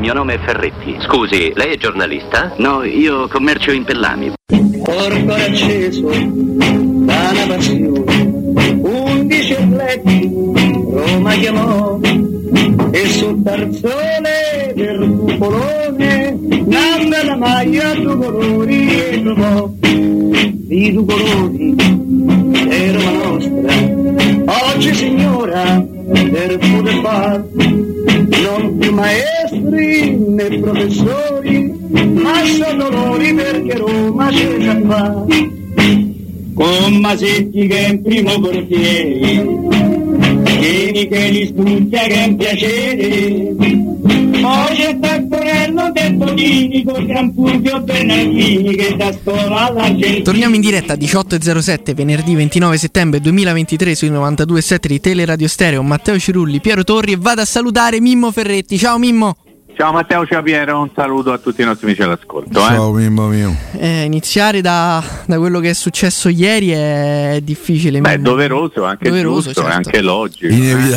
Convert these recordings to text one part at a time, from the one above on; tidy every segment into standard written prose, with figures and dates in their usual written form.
mio nome è Ferretti. Scusi, lei è giornalista? No, io commercio in pellami. Corpo acceso da una passione, 11 letti Roma chiamò, e sul tarzone del cupolone nanda la maglia due colori e trovò di due colori è Roma nostra. Oggi signora per poter far non più maestri né professori, ma sono dolori perché Roma c'è già qua. Con Masetti che è in primo portiere, Vieni che li studia che è un piacere, poi c'è Taccorello del Tonini con Gran Fulvio Bernardini che da scuola all'Argentina. Torniamo in diretta a 18.07 venerdì 29 settembre 2023 sui 92.7 di Teleradio Stereo. Matteo Cirulli, Piero Torri, e vado a salutare Mimmo Ferretti. Ciao Mimmo. Ciao Matteo, ciao Piero, un saluto a tutti i nostri amici all'ascolto. Ciao Mimmo mio. Iniziare da quello che è successo ieri è difficile. Beh, è doveroso, anche giusto, certo. È anche logico.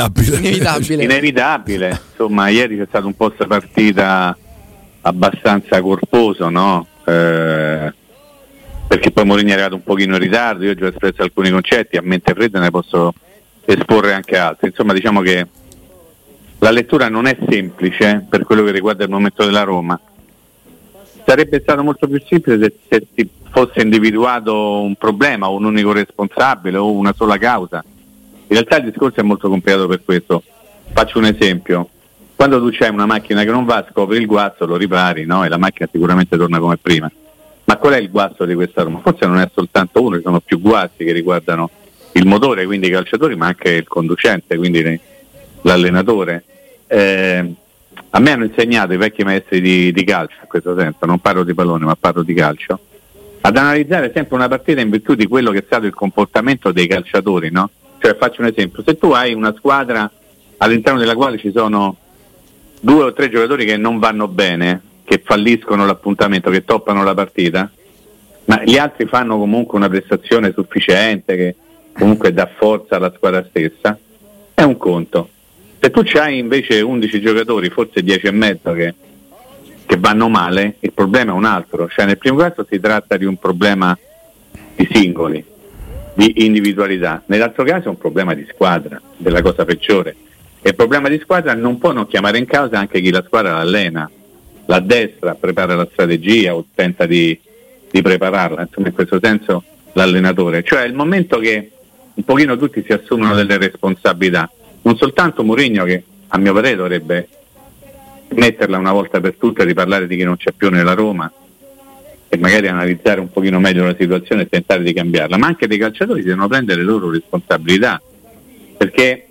Inevitabile. Insomma, ieri c'è stato un post partita abbastanza corposo, no? Perché poi Mourinho è arrivato un pochino in ritardo, io ho già espresso alcuni concetti, a mente fredda ne posso esporre anche altri. Insomma, diciamo che la lettura non è semplice per quello che riguarda il momento della Roma. Sarebbe stato molto più semplice se si fosse individuato un problema o un unico responsabile o una sola causa. In realtà il discorso è molto complicato per questo. Faccio un esempio. Quando tu c'hai una macchina che non va, scopri il guasto, lo ripari, no? E la macchina sicuramente torna come prima. Ma qual è il guasto di questa Roma? Forse non è soltanto uno, ci sono più guasti che riguardano il motore, quindi i calciatori, ma anche il conducente, quindi l'allenatore. A me hanno insegnato i vecchi maestri di calcio, in questo senso, non parlo di pallone ma parlo di calcio, ad analizzare sempre una partita in virtù di quello che è stato il comportamento dei calciatori, no? Cioè, faccio un esempio: se tu hai una squadra all'interno della quale ci sono 2 o 3 giocatori che non vanno bene, che falliscono l'appuntamento, che toppano la partita, ma gli altri fanno comunque una prestazione sufficiente che comunque dà forza alla squadra stessa, è un conto. Se tu c'hai invece 11 giocatori, forse 10 e mezzo che vanno male, il problema è un altro. Cioè, nel primo caso si tratta di un problema di singoli, di individualità, nell'altro caso è un problema di squadra, della cosa peggiore. E il problema di squadra non può non chiamare in causa anche chi la squadra l'allena, la destra, prepara la strategia o tenta di prepararla, insomma, in questo senso l'allenatore. Cioè è il momento che un pochino tutti si assumono delle responsabilità. Non soltanto Mourinho, che a mio parere dovrebbe metterla una volta per tutte, riparlare di chi non c'è più nella Roma e magari analizzare un pochino meglio la situazione e tentare di cambiarla, ma anche dei calciatori devono prendere le loro responsabilità, perché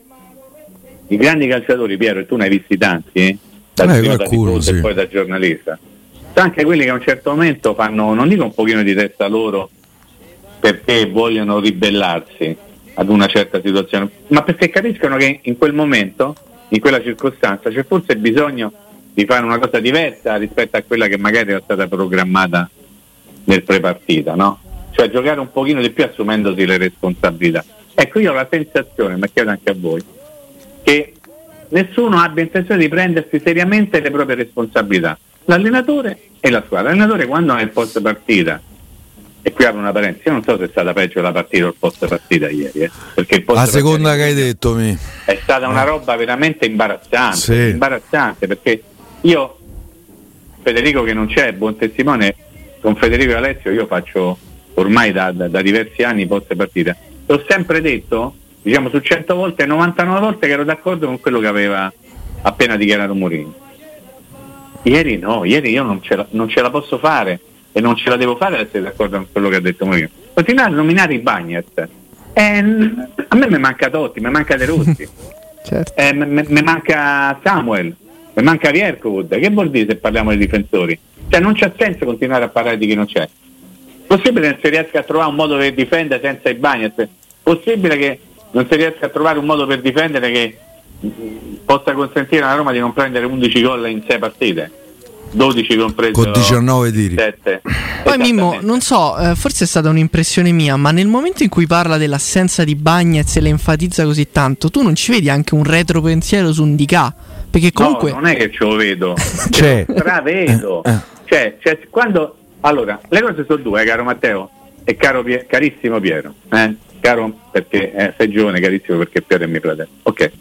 i grandi calciatori, Piero, e tu ne hai visti tanti, da tifoso e poi da giornalista, sono anche quelli che a un certo momento fanno, non dico un pochino di testa loro perché vogliono ribellarsi ad una certa situazione, ma perché capiscono che in quel momento, in quella circostanza, c'è forse bisogno di fare una cosa diversa rispetto a quella che magari era stata programmata nel prepartita, no? Cioè giocare un pochino di più assumendosi le responsabilità. Ecco, io ho la sensazione, ma chiedo anche a voi, che nessuno abbia intenzione di prendersi seriamente le proprie responsabilità, l'allenatore e la squadra. L'allenatore, quando è il post partita, e qui apro una parentesi, io non so se è stata peggio la partita o il post partita ieri, perché il post la seconda che hai detto è stata una roba veramente imbarazzante, sì. Imbarazzante, perché io, Federico che non c'è, buon testimone, con Federico e Alessio io faccio ormai da diversi anni post partita, l'ho sempre detto, diciamo su 100 volte, 99 volte che ero d'accordo con quello che aveva appena dichiarato Mourinho. Ieri no, ieri io non ce la posso fare e non ce la devo fare ad essere d'accordo con quello che ha detto Mourinho. Continuare a nominare i Bagnez, a me mi manca Totti, mi manca De Rossi, certo. Mi manca Samuel, mi manca Viercowood. Che vuol dire se parliamo dei difensori? Cioè non c'ha senso continuare a parlare di chi non c'è. Possibile che non si riesca a trovare un modo per difendere senza i Bagnez? Possibile che non si riesca a trovare un modo per difendere che possa consentire alla Roma di non prendere 11 gol in 6 partite? 12 compreso con 19 tiri. 7. Poi Mimmo, non so, forse è stata un'impressione mia, ma nel momento in cui parla dell'assenza di Bagnez e le enfatizza così tanto, tu non ci vedi anche un retropensiero su Ndicà? Perché comunque no, non è che ce lo vedo, C'è. stravedo. Cioè, quando allora le cose sono due, caro Matteo e carissimo Piero, caro perché sei giovane, carissimo perché Piero è mio fratello. Ok.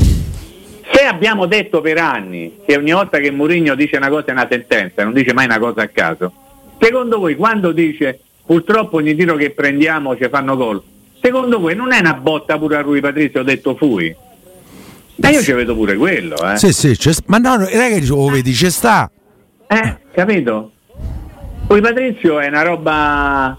Se abbiamo detto per anni che ogni volta che Mourinho dice una cosa è una sentenza, non dice mai una cosa a caso, secondo voi quando dice purtroppo ogni tiro che prendiamo ci fanno gol, secondo voi non è una botta pure a Rui Patrizio detto fui? Io ci vedo pure quello, Sì, ma no, ragazzi, lo vedi, ci sta. Capito? Rui Patrizio è una roba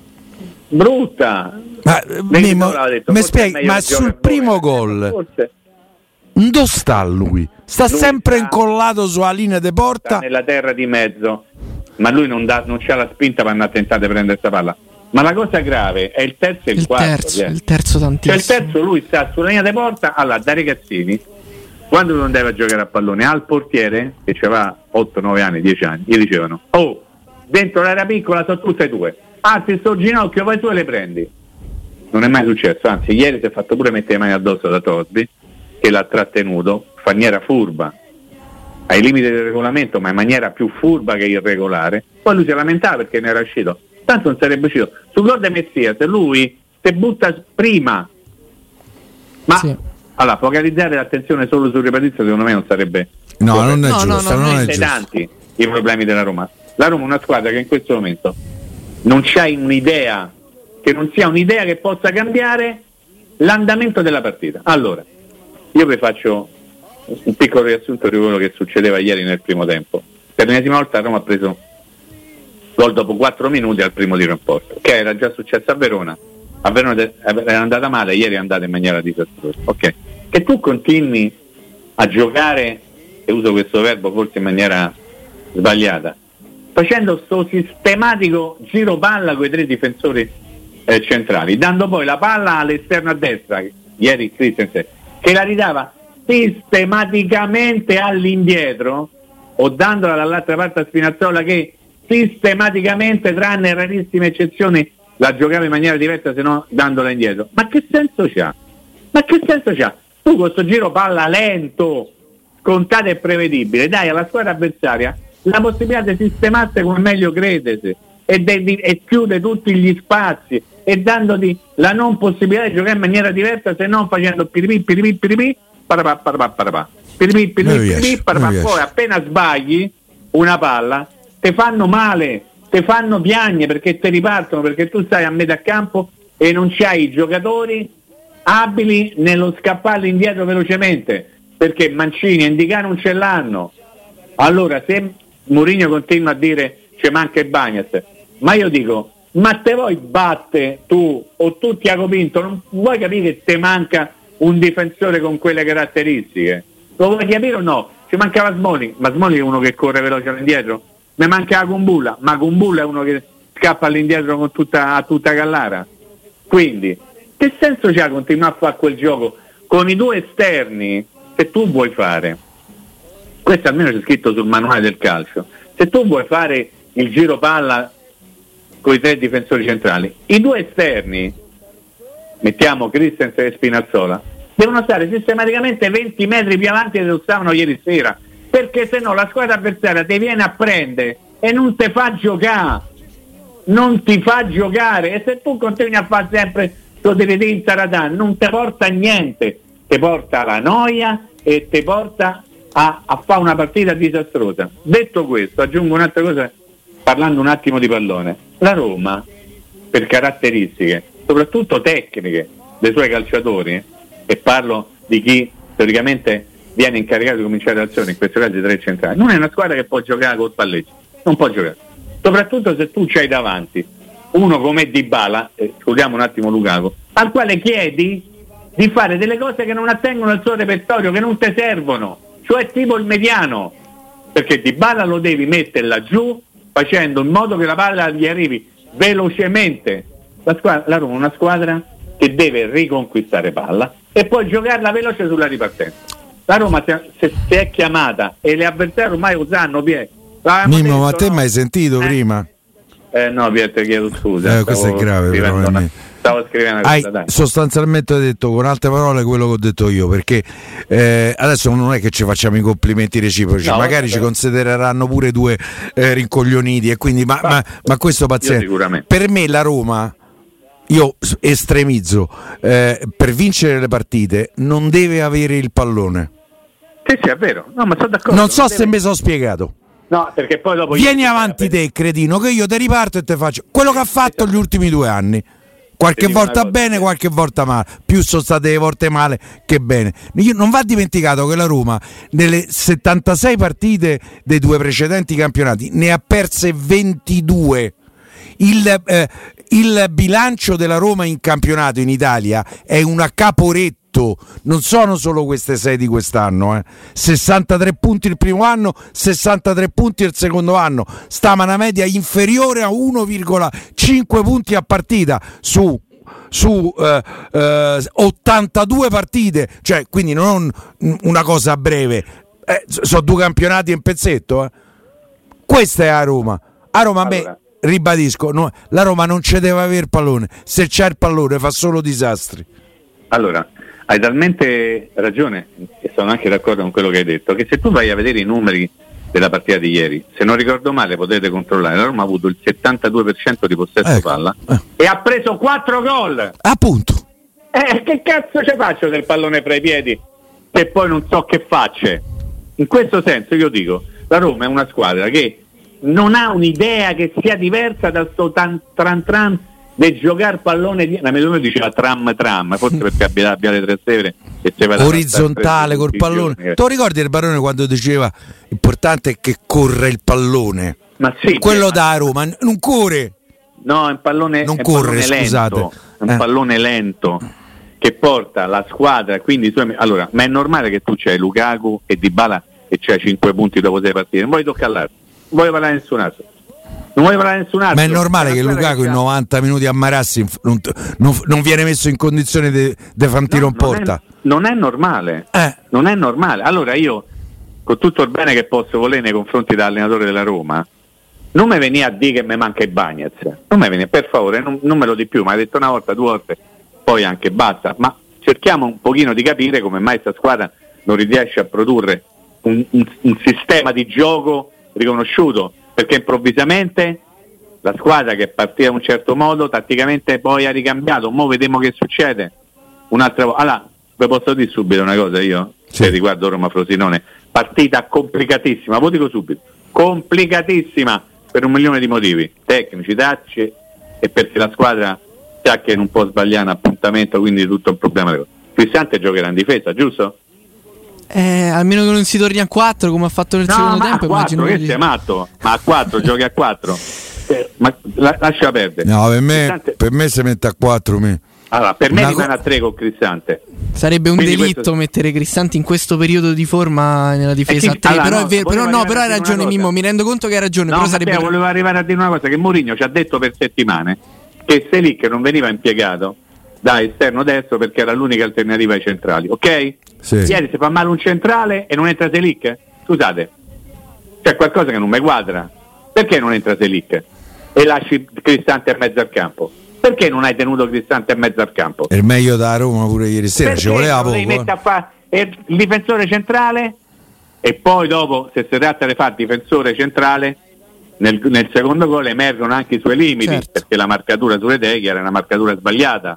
brutta. Ma mi spieghi, ma sul primo gol dove sta lui? Sta sempre incollato sulla linea di porta, sta nella terra di mezzo, ma lui non c'ha la spinta per andare a tentare di prendere questa palla. Ma la cosa grave è il terzo e il quarto. Il terzo tantissimo. Cioè il terzo lui sta sulla linea di porta, allora da ragazzini, quando non andava a giocare a pallone al portiere, che aveva 8, 9 anni, 10 anni, gli dicevano: oh, dentro l'area piccola sono tutte e due, alzi sto ginocchio, vai tu e le prendi. Non è mai successo, anzi ieri si è fatto pure mettere le mani addosso da Tosby, che l'ha trattenuto in maniera furba, ai limiti del regolamento, ma in maniera più furba che irregolare. Poi lui si lamentava perché ne era uscito, tanto non sarebbe uscito. Sul gol di Messias lui si butta prima, ma sì. Allora focalizzare l'attenzione solo sul ripetizio secondo me non sarebbe non è giusto, non è giusto. Tanti i problemi della Roma. La Roma è una squadra che in questo momento non c'ha un'idea, che non sia un'idea che possa cambiare l'andamento della partita. Allora io vi faccio un piccolo riassunto di quello che succedeva ieri nel primo tempo. Per l'ennesima volta Roma ha preso gol dopo 4 minuti al primo tiro in porta, che era già successo a Verona. A Verona era andata male, ieri è andata in maniera disastrosa. Ok, che tu continui a giocare, e uso questo verbo forse in maniera sbagliata, facendo sto sistematico giro palla con i 3 difensori centrali, dando poi la palla all'esterno a destra, ieri Christensen, che la ridava sistematicamente all'indietro, o dandola dall'altra parte a Spinazzola, che sistematicamente, tranne rarissime eccezioni, la giocava in maniera diversa, se no dandola indietro. Ma che senso c'ha? Tu con questo giro palla lento, scontato e prevedibile, dai alla squadra avversaria la possibilità di sistemarsi come meglio credete e chiude tutti gli spazi, e dandoti la non possibilità di giocare in maniera diversa, se non facendo piripì, poi appena sbagli una palla te fanno male, te fanno piagne perché te ripartono, perché tu stai a metà campo e non c'hai i giocatori abili nello scappare indietro velocemente, perché Mancini e Indicà non ce l'hanno. Allora se Mourinho continua a dire ci manca il Bagnez, ma io dico, ma te vuoi batte tu, o tu Tiago Pinto, non vuoi capire che te manca un difensore con quelle caratteristiche? Lo vuoi capire o no? Ci mancava Smalling, ma Smalling è uno che corre veloce all'indietro. Mi mancava Kumbulla, ma Kumbulla è uno che scappa all'indietro con tutta Gallara. Quindi che senso c'ha continuare a fare quel gioco con i 2 esterni? Se tu vuoi fare, questo almeno c'è scritto sul manuale del calcio, se tu vuoi fare il giro palla con i 3 difensori centrali, i 2 esterni, mettiamo Christensen e Spinazzola, devono stare sistematicamente 20 metri più avanti di dove stavano ieri sera, perché se no la squadra avversaria ti viene a prendere e non ti fa giocare, e se tu continui a fare sempre in Taradan non ti porta a niente, ti porta alla noia e ti porta a fare una partita disastrosa. Detto questo, aggiungo un'altra cosa, parlando un attimo di pallone. La Roma, per caratteristiche soprattutto tecniche dei suoi calciatori, e parlo di chi teoricamente viene incaricato di cominciare l'azione, in questo caso i 3 centrali, non è una squadra che può giocare col palleggio, non può giocare, soprattutto se tu c'hai davanti uno come Dybala, scusiamo un attimo Lukaku, al quale chiedi di fare delle cose che non attengono al suo repertorio, che non ti servono, cioè tipo il mediano, perché Dybala lo devi mettere laggiù facendo in modo che la palla gli arrivi velocemente. La Roma è una squadra che deve riconquistare palla e poi giocarla veloce sulla ripartenza. La Roma se è chiamata, e le avversarie ormai lo sanno, Mimmo, ma te mi hai sentito prima? No, Pietro, chiedo scusa. Questo è grave, però. Stavo scrivendo sostanzialmente detto con altre parole quello che ho detto io, perché adesso non è che ci facciamo i complimenti reciproci, magari ci considereranno pure due rincoglioniti, e quindi ma questo paziente. Per me la Roma, io estremizzo, per vincere le partite non deve avere il pallone. Sì, è vero. No, ma sono d'accordo. Non so se mi sono spiegato. No, perché poi dopo vieni avanti te, cretino, che io ti riparto e te faccio quello che ha fatto gli ultimi 2 anni. Qualche volta bene, qualche volta male. Più sono state volte male che bene. Non va dimenticato che la Roma nelle 76 partite dei 2 precedenti campionati ne ha perse 22. Il bilancio della Roma in campionato in Italia è una Caporetto. Non sono solo queste 6 di quest'anno, 63 punti il primo anno, 63 punti il secondo anno, stava una media inferiore a 1,5 punti a partita su 82 partite, cioè quindi non una cosa breve, sono 2 campionati in pezzetto. Questa è a Roma. A Roma allora, ribadisco, no, la Roma non ci deve avere pallone, se c'è il pallone fa solo disastri. Allora, hai talmente ragione, e sono anche d'accordo con quello che hai detto, che se tu vai a vedere i numeri della partita di ieri, se non ricordo male potete controllare, la Roma ha avuto il 72% di possesso palla e ha preso 4 gol. Appunto. Che cazzo ci faccio del pallone fra i piedi che poi non so che faccia? In questo senso io dico, la Roma è una squadra che non ha un'idea che sia diversa dal sto tran del giocare pallone di... La mia diceva tram, forse perché abbia le Trastevere e orizzontale col pallone. Tu ricordi il Barone quando diceva l'importante è che corra il pallone? Ma sì, quello da Roma non corre. No, è un pallone, non corre, pallone scusate. Lento, è un pallone lento che porta la squadra, quindi allora, ma è normale che tu c'hai Lukaku e Dybala e c'hai 5 punti dopo 6 partite, non vuoi toccare, non vuoi parlare nessun altro. Ma è normale che Lukaku in 90 minuti a Marassi non viene messo in condizione di far un tiro in porta. Non è normale. Non è normale. Allora io, con tutto il bene che posso volere nei confronti dell'allenatore della Roma, non mi venia a dire che mi manca il Bagnez. Non mi venia, per favore, non me lo di più, ma hai detto una volta, 2 volte, poi anche basta. Ma cerchiamo un pochino di capire come mai questa squadra non riesce a produrre un sistema di gioco riconosciuto. Perché improvvisamente la squadra che partiva in un certo modo tatticamente poi ha ricambiato. Mo vedremo che succede un'altra volta. Allora, vi posso dire subito una cosa io, sì, riguardo Roma Frosinone, partita complicatissima, lo dico subito, complicatissima per 1 milione di motivi tecnici, tattici, e perché la squadra sa che non può sbagliare un appuntamento, quindi tutto un problema. Cristante giocherà in difesa, giusto? Almeno che non si torni a 4 come ha fatto nel secondo tempo. A 4 che sei matto, ma a 4 giochi a 4, ma lascia perdere. No, per me si mette a 4 me. Allora, per me rimane a 3 con Cristante. Sarebbe un delitto mettere Cristante in questo periodo di forma nella difesa a 3. Allora, però è vero, però hai ragione Mimmo, mi rendo conto che hai ragione. Però sarebbe... volevo arrivare a dire una cosa, che Mourinho ci ha detto per settimane che Selic non veniva impiegato da esterno destro perché era l'unica alternativa ai centrali, ok? Sì. Ieri si fa male un centrale e non entra Selic? Scusate, c'è qualcosa che non mi quadra. Perché non entra Selic e lasci Cristante a mezzo al campo? Perché non hai tenuto Cristante a mezzo al campo? È il meglio da Roma pure ieri sera, ci voleva poco. Mette a fare il difensore centrale e poi dopo, se si tratta di fare difensore centrale, nel secondo gol emergono anche i suoi limiti, certo, perché la marcatura sulle Teghi era una marcatura sbagliata.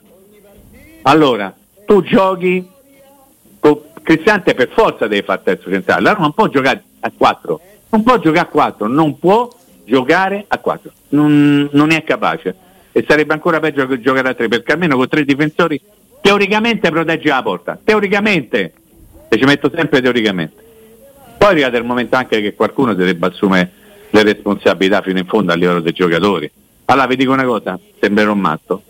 Allora, tu giochi con Cristante, per forza devi fare terzo centrale. Allora non può giocare a 4, non può giocare a 4, non può giocare a 4, non è capace, e sarebbe ancora peggio che giocare a 3, perché almeno con 3 difensori teoricamente protegge la porta, teoricamente, e ci metto sempre teoricamente. Poi arriva il momento anche che qualcuno si debba assumere le responsabilità fino in fondo a livello dei giocatori. Allora vi dico una cosa, sembrerò un matto,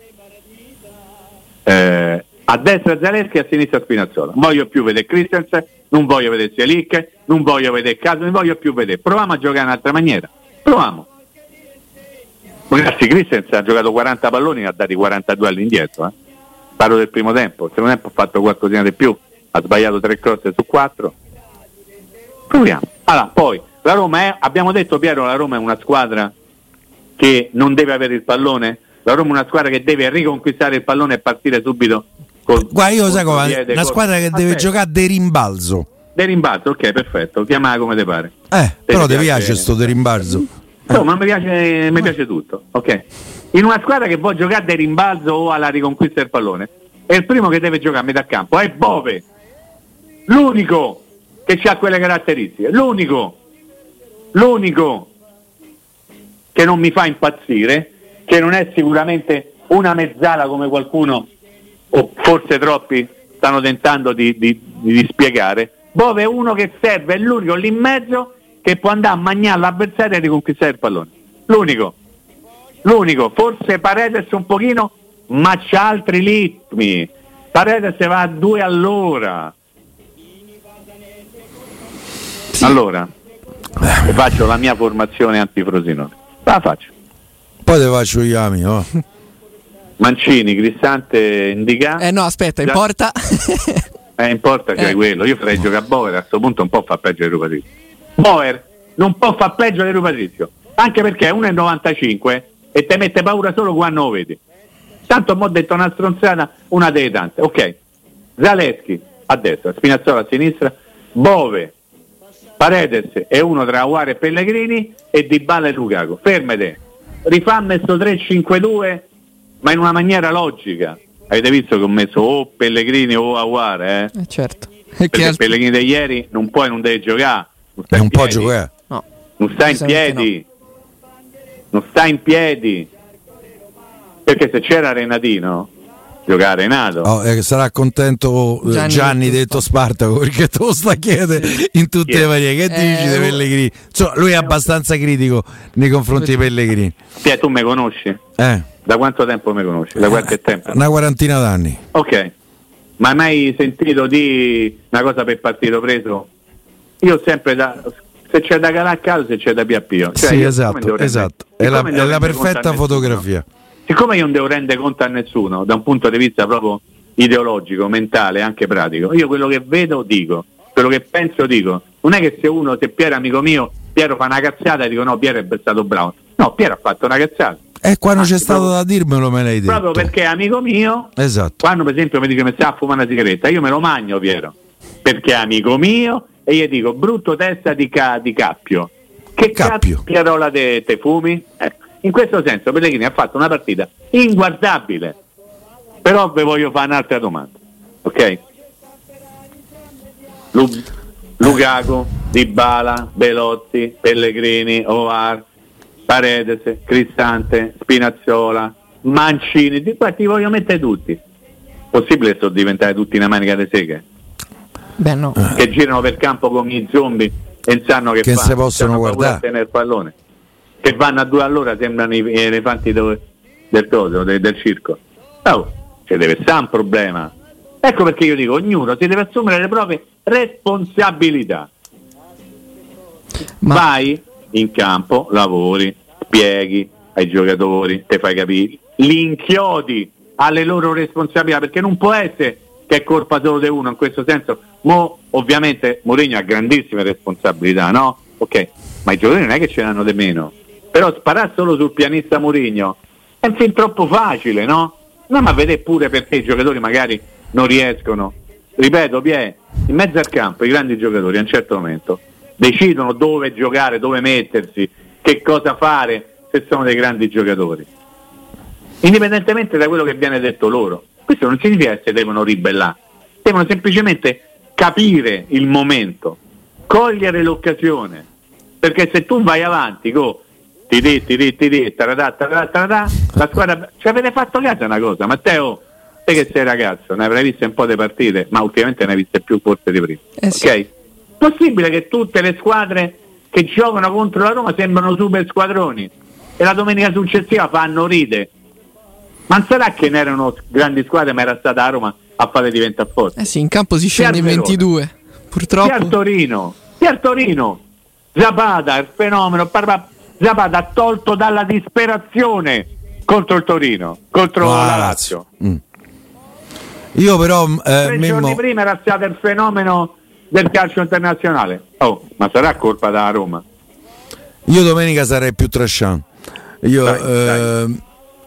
a destra Zaleschi, a sinistra Spinazzola. Non voglio più vedere Christensen, non voglio vedere Selic, non voglio vedere Caso, non voglio più vedere. Proviamo a giocare in un'altra maniera, proviamo. Ragazzi, Christensen ha giocato 40 palloni e ha dati 42 all'indietro, parlo del primo tempo. Il secondo tempo ha fatto qualcosina di più, ha sbagliato 3 cross su 4. Proviamo. Allora, poi la Roma abbiamo detto, Piero, la Roma è una squadra che non deve avere il pallone. La Roma è una squadra che deve riconquistare il pallone e partire subito. Guarda, io sai come una squadra che deve giocare de rimbalzo. De rimbalzo, ok, perfetto, chiamala come te pare. Però ti piace sto de rimbalzo? Ma mi piace tutto, ok. In una squadra che vuole giocare de rimbalzo o alla riconquista del pallone, è il primo che deve giocare a metà campo, è Bove. L'unico che ha quelle caratteristiche, l'unico che non mi fa impazzire, che non è sicuramente una mezzala come qualcuno, o forse troppi, stanno tentando di spiegare. Bove è uno che serve, è l'unico lì in mezzo che può andare a mangiare l'avversario e riconquistare il pallone. L'unico, forse Paredes un pochino, ma c'ha altri ritmi. Paredes va a 2 all'ora. Sì. Allora, faccio la mia formazione antifrosinone. La faccio. Poi te faccio gli ami, no? Mancini, Cristante, Indica. No, aspetta, in porta. In porta c'è quello. Io farei giocare a Boer, a questo punto un po' fa peggio di Rupatrizio. Boer non può far peggio di Rupatrizio, anche perché è 1,95 e te mette paura solo quando lo vedi. Tanto mo' ho detto una stronzata, una delle tante. Ok, Zaleschi a destra, Spinazzola a sinistra, Bove, Paredes e uno tra Aouar e Pellegrini e Dybala e Lukaku. Fermate, rifammi sto 3-5-2 ma in una maniera logica. Avete visto che ho messo o Pellegrini o Aouar, certo. Perché Pellegrini di ieri non può e non deve giocare. Non può giocare. No. Non sta in piedi. No. Non sta in piedi. Perché se c'era Renatino, giocare Renato. Sarà contento Gianni detto Spartaco, perché te lo sta a chiedere in tutte le varie. Che dici di Pellegrini? Insomma, lui è abbastanza critico nei confronti di Pellegrini. Tu me conosci? Da quanto tempo mi conosci? Da qualche tempo? Una quarantina d'anni. Ok. Ma hai mai sentito di una cosa per partito preso? Io sempre se c'è da calare a caso, se c'è da piappio. Cioè, sì, esatto. È la perfetta fotografia. Siccome io non devo rendere conto a nessuno da un punto di vista proprio ideologico, mentale, anche pratico, io quello che vedo dico, quello che penso dico. Non è che se Piero è amico mio, Piero fa una cazzata e dico no, Piero è stato bravo. No, Piero ha fatto una cazzata. E quando c'è stato da dirmelo me l'hai detto. Proprio perché è amico mio. Esatto. Quando per esempio mi dice che mi sta a fumare una sigaretta, io me lo mangio Piero, perché è amico mio e io dico brutto testa di cappio. Che cappio? Pierola te fumi? In questo senso Pellegrini ha fatto una partita inguardabile. Però vi voglio fare un'altra domanda. Ok? Lukaku, Dybala, Belotti, Pellegrini, Aouar, Paredes, Cristante, Spinazzola, Mancini, di qua ti voglio mettere tutti. Possibile sono diventare tutti una manica di seghe? Beh, no. Che girano per campo come i zombie e sanno che si possono guardare, tenere il pallone, che vanno a 2 all'ora, sembrano gli elefanti del circo. Ci deve essere un problema. Ecco perché io dico, ognuno si deve assumere le proprie responsabilità. Vai in campo, lavori, spieghi ai giocatori, te fai capire, li inchiodi alle loro responsabilità, perché non può essere che è colpa solo di uno in questo senso. Ovviamente Mourinho ha grandissime responsabilità, no? Ok, ma i giocatori non è che ce n'hanno di meno, però sparare solo sul pianista Mourinho è fin troppo facile, no? No, ma vedete pure perché i giocatori magari non riescono. Ripeto, in mezzo al campo i grandi giocatori a un certo momento decidono dove giocare, dove mettersi, che cosa fare, se sono dei grandi giocatori, indipendentemente da quello che viene detto loro. Questo non significa che si devono ribellare, devono semplicemente capire il momento, cogliere l'occasione, perché se tu vai avanti con la squadra, ci avete fatto caso a una cosa, Matteo, te che sei ragazzo, ne avrai viste un po' di partite, ma ultimamente ne hai viste più forse di prima, sì. Ok? Possibile che tutte le squadre che giocano contro la Roma sembrano super squadroni e la domenica successiva fanno ride? Ma non sarà che ne erano grandi squadre, ma era stata la Roma a fare diventare forte? Sì, in campo si scende in 22, purtroppo. Sia Torino, Zapata, il fenomeno, Zapata ha tolto dalla disperazione contro il Torino, contro la Lazio. Io però 3 giorni prima era stato il fenomeno del calcio internazionale. Ma sarà colpa della Roma? Io domenica sarei più trasciante. Io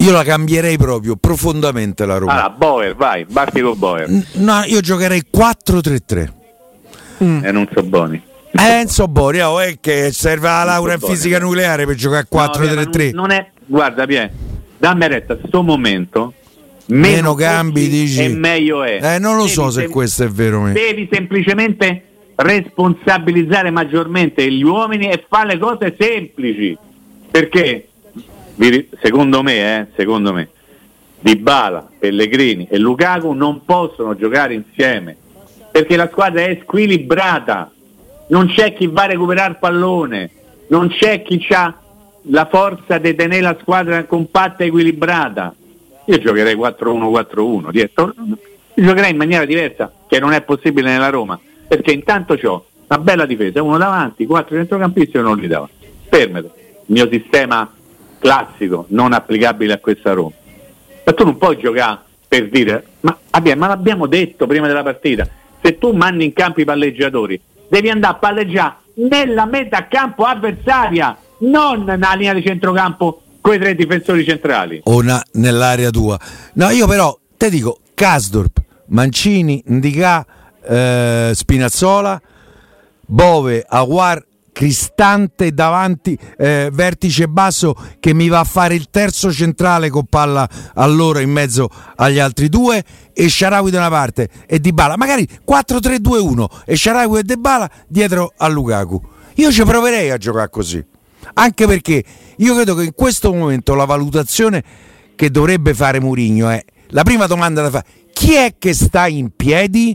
Io la cambierei proprio profondamente la Roma. Allora, Boer, vai, parti con Boer. No, io giocherei 4-3-3. E non so buoni. Enzo Boni, è che serve la laurea in fisica nucleare per giocare a 4-3-3. Non è, guarda Pie, dammi retta, a sto momento meno cambi dici e meglio è. Non lo so se questo è vero. Devi semplicemente responsabilizzare maggiormente gli uomini e fare le cose semplici, perché secondo me Dybala, Pellegrini e Lukaku non possono giocare insieme, perché la squadra è squilibrata, non c'è chi va a recuperare il pallone, non c'è chi ha la forza di tenere la squadra compatta e equilibrata. Io giocherei 4-1-4-1 dietro, giocherei in maniera diversa, che non è possibile nella Roma, perché intanto c'ho una bella difesa, uno davanti, 4 centrocampisti e non li dava. Fermate, il mio sistema classico non applicabile a questa Roma. Ma tu non puoi giocare per dire ma l'abbiamo detto prima della partita, se tu mandi in campo i palleggiatori devi andare a palleggiare nella metà campo avversaria, non nella linea di centrocampo con i 3 difensori centrali o nell'area tua. No, io però te dico Karsdorp, Mancini, Ndicà, Spinazzola, Bove, Aouar, Cristante davanti, vertice basso, che mi va a fare il terzo centrale con palla all'ora in mezzo agli altri due, e Shaarawy da una parte e Dybala, magari 4-3-2-1 e Shaarawy e Dybala dietro a Lukaku. Io ci proverei a giocare così, anche perché io credo che in questo momento la valutazione che dovrebbe fare Mourinho è, la prima domanda da fare: chi è che sta in piedi?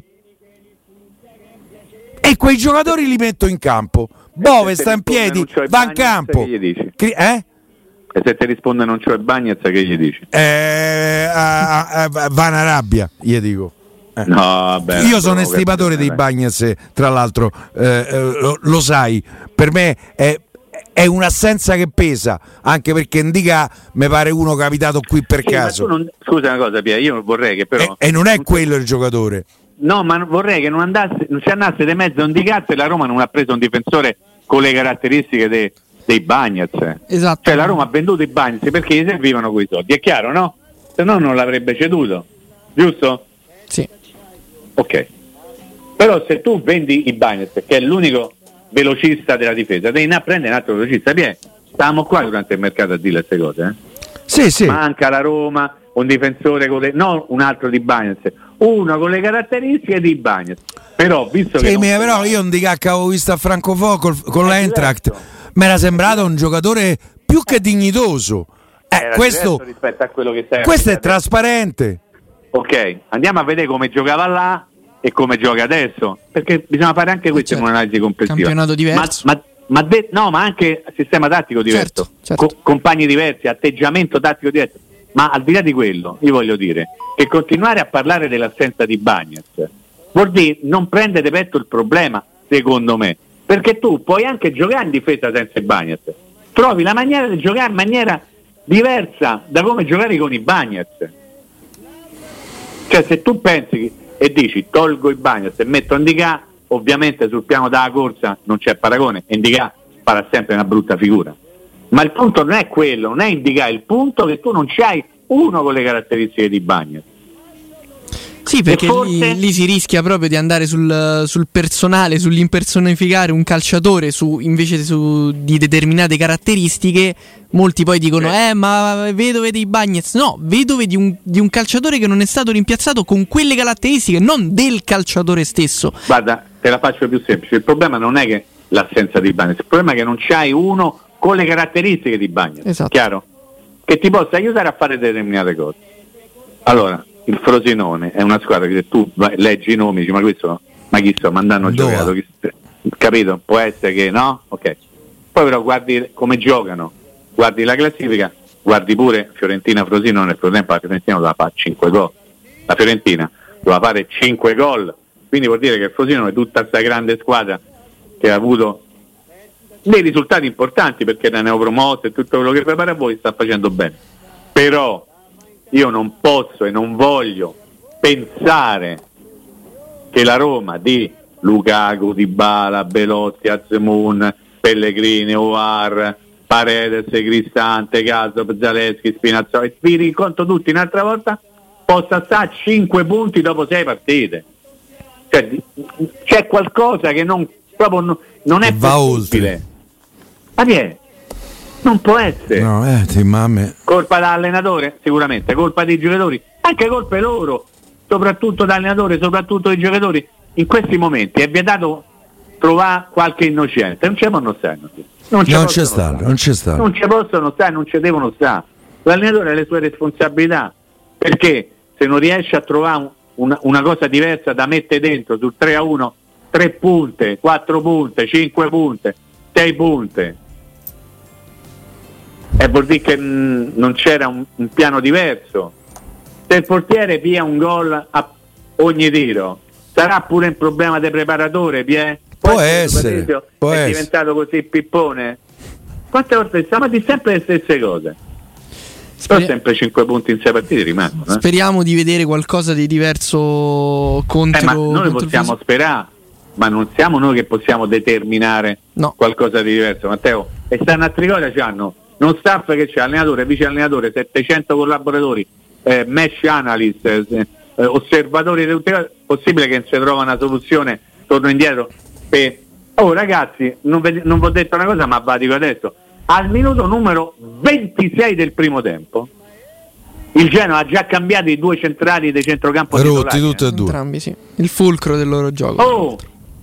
E quei giocatori li metto in campo. Bove sta in piedi, va in campo. Che gli dici? E se ti risponde non c'ho il Bagnez, che gli dici? Va in Arabia, gli dico. No, vabbè, io sono estimatore dei Bagnez, tra l'altro, lo sai, per me è un'assenza che pesa, anche perché Ndicà mi pare uno capitato qui per caso. Scusa una cosa, Pia, io vorrei che però e non è quello il giocatore. No, ma vorrei che non ci andasse di mezzo un Ndicà e la Roma non ha preso un difensore con le caratteristiche dei Bagnez. Esatto. Cioè la Roma ha venduto i Bagnez perché gli servivano quei soldi, è chiaro, no? Se no non l'avrebbe ceduto, giusto? Sì. Ok. Però se tu vendi i Bagnez, che è l'unico velocista della difesa, devi andare a prendere un altro velocista. Stavamo qua durante il mercato a dire queste cose, Sì. Manca la Roma un difensore non un altro di Bagnez, uno con le caratteristiche di Bagnez. Però visto che però io Ndicà che avevo visto a Francoforte con l'Eintracht mi era sembrato un giocatore più che dignitoso. Questo rispetto a quello che stai questo è trasparente. Ok, andiamo a vedere come giocava là e come gioca adesso, perché bisogna fare anche questo in un'analisi complessiva. Campionato diverso. Ma anche sistema tattico diverso, certo. Compagni diversi, atteggiamento tattico diverso. Ma al di là di quello, io voglio dire che continuare a parlare dell'assenza di Bagnez vuol dire non prendere petto il problema, secondo me, perché tu puoi anche giocare in difesa senza i Bagnez, trovi la maniera di giocare in maniera diversa da come giocare con i Bagnez. Cioè se tu pensi e dici tolgo i Bagnez e metto Ndicà, ovviamente sul piano della corsa non c'è paragone, Ndicà farà sempre una brutta figura. Ma il punto non è quello, non è Ndicà, il punto è che tu non c'hai uno con le caratteristiche di Bagnez. Sì, perché lì si rischia proprio di andare sul personale, sull'impersonificare un calciatore invece di determinate caratteristiche. Molti poi dicono ma vedove dei Bagnez. No, vedove di un calciatore che non è stato rimpiazzato con quelle caratteristiche, non del calciatore stesso. Guarda, te la faccio più semplice, il problema non è che l'assenza di Bagnez, il problema è che non c'hai uno con le caratteristiche di Bagnez, esatto. Chiaro? Che ti possa aiutare a fare determinate cose. Allora, il Frosinone è una squadra che tu leggi i nomi, dici ma chi sto mandando giocato? Capito? Può essere che no? Ok. Poi però guardi come giocano, guardi la classifica, guardi pure Fiorentina-Frosinone, nel frattempo la Fiorentina doveva fare 5 gol. La Fiorentina doveva fare 5 gol, quindi vuol dire che il Frosinone è tutta questa grande squadra che ha avuto dei risultati importanti perché era neopromosso e tutto quello che prepara voi sta facendo bene. Però io non posso e non voglio pensare che la Roma di Lukaku, Dybala, Belotti, Azmoun, Pellegrini, Aouar, Paredes, Cristante, Caso, Zaleschi, Spinazzola, vi riconto tutti un'altra volta, possa stare a 5 punti dopo 6 partite. Cioè, c'è qualcosa che non è va possibile. Oltre. Ma chi è? Non può essere. No, Colpa dall'allenatore? Sicuramente. Colpa dei giocatori? Anche colpe loro, soprattutto dall'allenatore, soprattutto dei giocatori. In questi momenti è vietato trovare qualche innocente. Non ci possono stare. Non ci stanno. Non ci possono stare, non ci devono stare. L'allenatore ha le sue responsabilità, perché se non riesce a trovare una cosa diversa da mettere dentro sul 3-1, 3 punte, 4 punte, 5 punte, 6 punte, e vuol dire che non c'era un piano diverso. Se il portiere pia un gol a ogni tiro, sarà pure un problema di preparatore, può essere, è diventato così pippone. Quante volte stiamo di sempre le stesse cose? Però sempre 5 punti in 6 partite rimangono. Speriamo di vedere qualcosa di diverso contro. Ma noi possiamo sperare, ma non siamo noi che possiamo determinare qualcosa di diverso. Matteo, e stanno a Trigoria, c'hanno non staff che c'è allenatore, vice allenatore, 700 collaboratori, match analyst, osservatori. Possibile che non si trova una soluzione? Torno indietro. Ragazzi, non vi ho detto una cosa, ma va dico adesso. Al minuto numero 26 del primo tempo il Genoa ha già cambiato i 2 centrali dei centrocampo rotti tutti e due. Entrambi, sì. Il fulcro del loro gioco.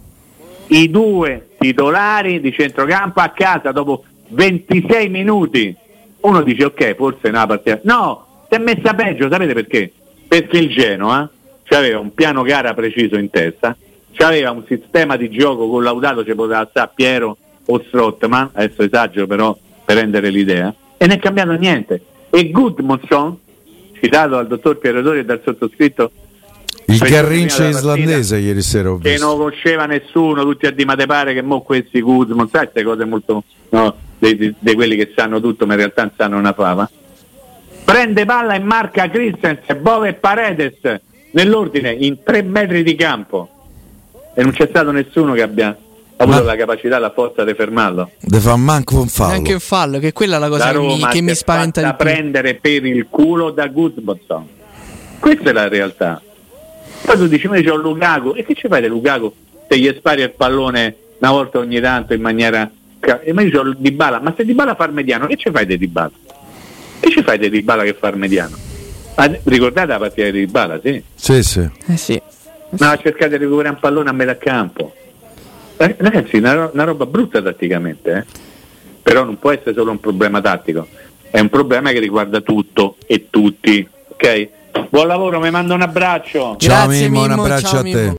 I 2 titolari di centrocampo a casa dopo 26 minuti. Uno dice ok, forse è una partita. No, si è messa peggio, sapete perché? Perché il Genoa aveva un piano gara preciso in testa, aveva un sistema di gioco collaudato, ci poteva stare Piero o Strootman, adesso esagero però per rendere l'idea, e non è cambiato niente. E Gudmundsson, citato dal dottor Pierotori e dal sottoscritto, il Garrincha islandese ieri sera, che non conosceva nessuno, tutti a dire ma te pare che mo questi Gudmundsson, sai queste cose molto di quelli che sanno tutto ma in realtà non sanno una fava, prende palla e marca Christensen, Bove e Paredes nell'ordine in 3 metri di campo, e non c'è stato nessuno che abbia avuto la capacità, la forza di fermarlo. De fa manco un fallo. Neanche un fallo, che quella è la cosa che mi spaventa di più. Prendere per il culo da Gudmundsson. Questa è la realtà. Poi tu dici, ma c'ho Lukaku, e che ci fai di Lukaku se gli spari il pallone una volta ogni tanto in maniera... E ma io c'ho Dybala, ma se Dybala fa il mediano, che ci fai di Dybala? Che ci fai di Dybala che fa il mediano? Ricordate la partita di Dybala, sì? Sì. Sì. No, cercate di recuperare un pallone a metà campo. Ragazzi, una roba brutta tatticamente, però non può essere solo un problema tattico, è un problema che riguarda tutto e tutti, ok? Buon lavoro, mi mando un abbraccio. Ciao Grazie, Mimmo, un Mimmo, abbraccio ciao, a te. Mimmo.